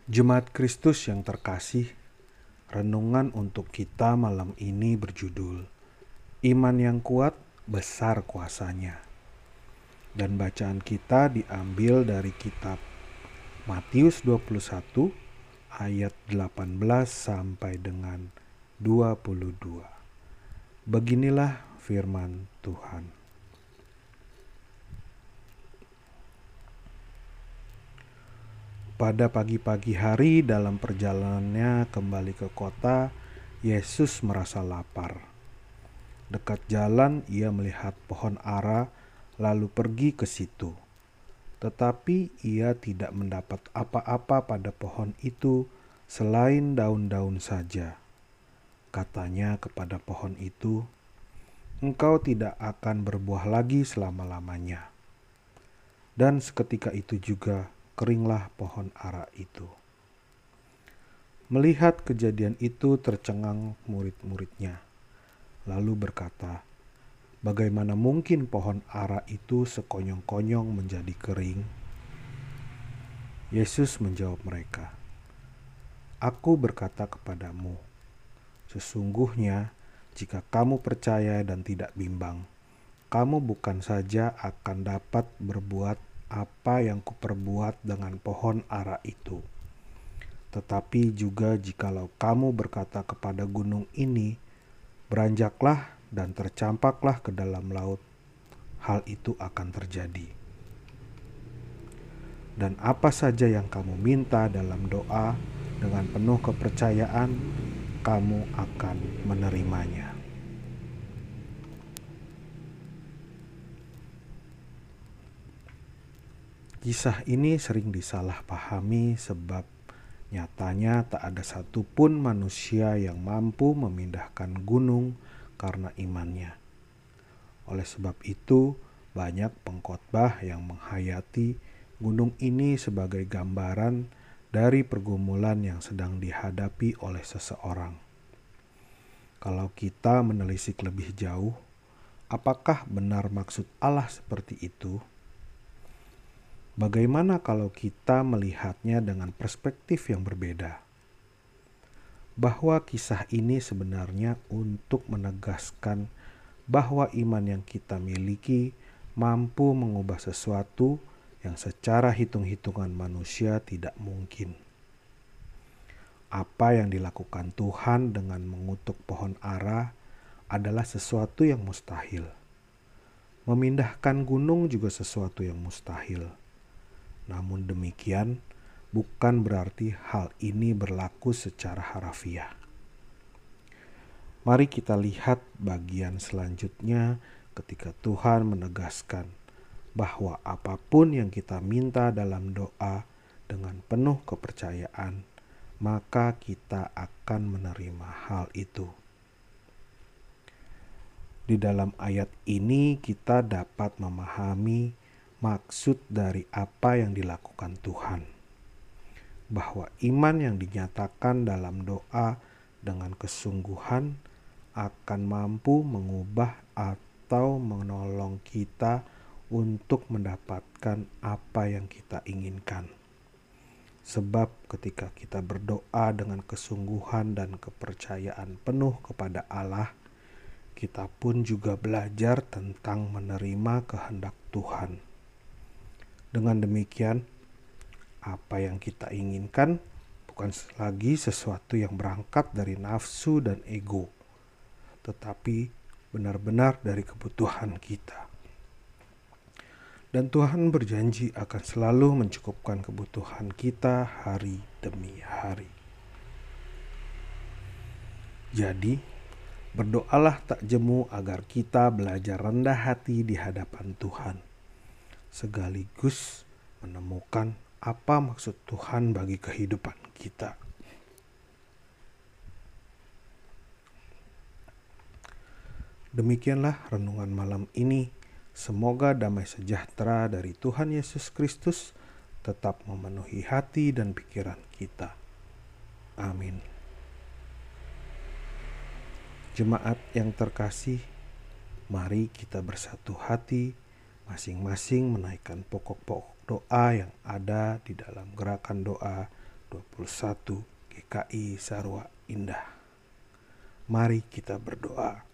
Jemaat Kristus yang terkasih, renungan untuk kita malam ini berjudul Iman yang kuat, besar kuasanya. Dan bacaan kita diambil dari kitab Matius 21 ayat 18 sampai dengan 22. Beginilah firman Tuhan. Pada pagi-pagi hari dalam perjalanannya kembali ke kota, Yesus merasa lapar. Dekat jalan ia melihat pohon ara lalu pergi ke situ. Tetapi ia tidak mendapat apa-apa pada pohon itu selain daun-daun saja. Katanya kepada pohon itu, "Engkau tidak akan berbuah lagi selama-lamanya." Dan seketika itu juga keringlah pohon ara itu. Melihat kejadian itu tercengang murid-muridnya, lalu berkata, "Bagaimana mungkin pohon ara itu sekonyong-konyong menjadi kering?" Yesus menjawab mereka, "Aku berkata kepadamu, sesungguhnya jika kamu percaya dan tidak bimbang, kamu bukan saja akan dapat berbuat apa yang kuperbuat dengan pohon ara itu, tetapi juga jikalau kamu berkata kepada gunung ini, beranjaklah dan tercampaklah ke dalam laut, hal itu akan terjadi. Dan apa saja yang kamu minta dalam doa dengan penuh kepercayaan, kamu akan menerimanya." Kisah ini sering disalahpahami sebab nyatanya tak ada satupun manusia yang mampu memindahkan gunung karena imannya. Oleh sebab itu, banyak pengkhotbah yang menghayati gunung ini sebagai gambaran dari pergumulan yang sedang dihadapi oleh seseorang. Kalau kita menelisik lebih jauh, apakah benar maksud Allah seperti itu? Bagaimana kalau kita melihatnya dengan perspektif yang berbeda? Bahwa kisah ini sebenarnya untuk menegaskan bahwa iman yang kita miliki mampu mengubah sesuatu yang secara hitung-hitungan manusia tidak mungkin. Apa yang dilakukan Tuhan dengan mengutuk pohon ara adalah sesuatu yang mustahil. Memindahkan gunung juga sesuatu yang mustahil. Namun demikian, bukan berarti hal ini berlaku secara harafiah. Mari kita lihat bagian selanjutnya ketika Tuhan menegaskan bahwa apapun yang kita minta dalam doa dengan penuh kepercayaan, maka kita akan menerima hal itu. Di dalam ayat ini kita dapat memahami maksud dari apa yang dilakukan Tuhan. Bahwa iman yang dinyatakan dalam doa dengan kesungguhan akan mampu mengubah atau menolong kita untuk mendapatkan apa yang kita inginkan. Sebab ketika kita berdoa dengan kesungguhan dan kepercayaan penuh kepada Allah, kita pun juga belajar tentang menerima kehendak Tuhan. Dengan demikian, apa yang kita inginkan bukan lagi sesuatu yang berangkat dari nafsu dan ego, tetapi benar-benar dari kebutuhan kita. Dan Tuhan berjanji akan selalu mencukupkan kebutuhan kita hari demi hari. Jadi, berdoalah tak jemu agar kita belajar rendah hati di hadapan Tuhan, sekaligus menemukan apa maksud Tuhan bagi kehidupan kita. Demikianlah renungan malam ini. Semoga damai sejahtera dari Tuhan Yesus Kristus tetap memenuhi hati dan pikiran kita. Amin. Jemaat yang terkasih, mari kita bersatu hati, masing-masing menaikkan pokok-pokok doa yang ada di dalam gerakan doa 21 GKI Sarwa Indah. Mari kita berdoa.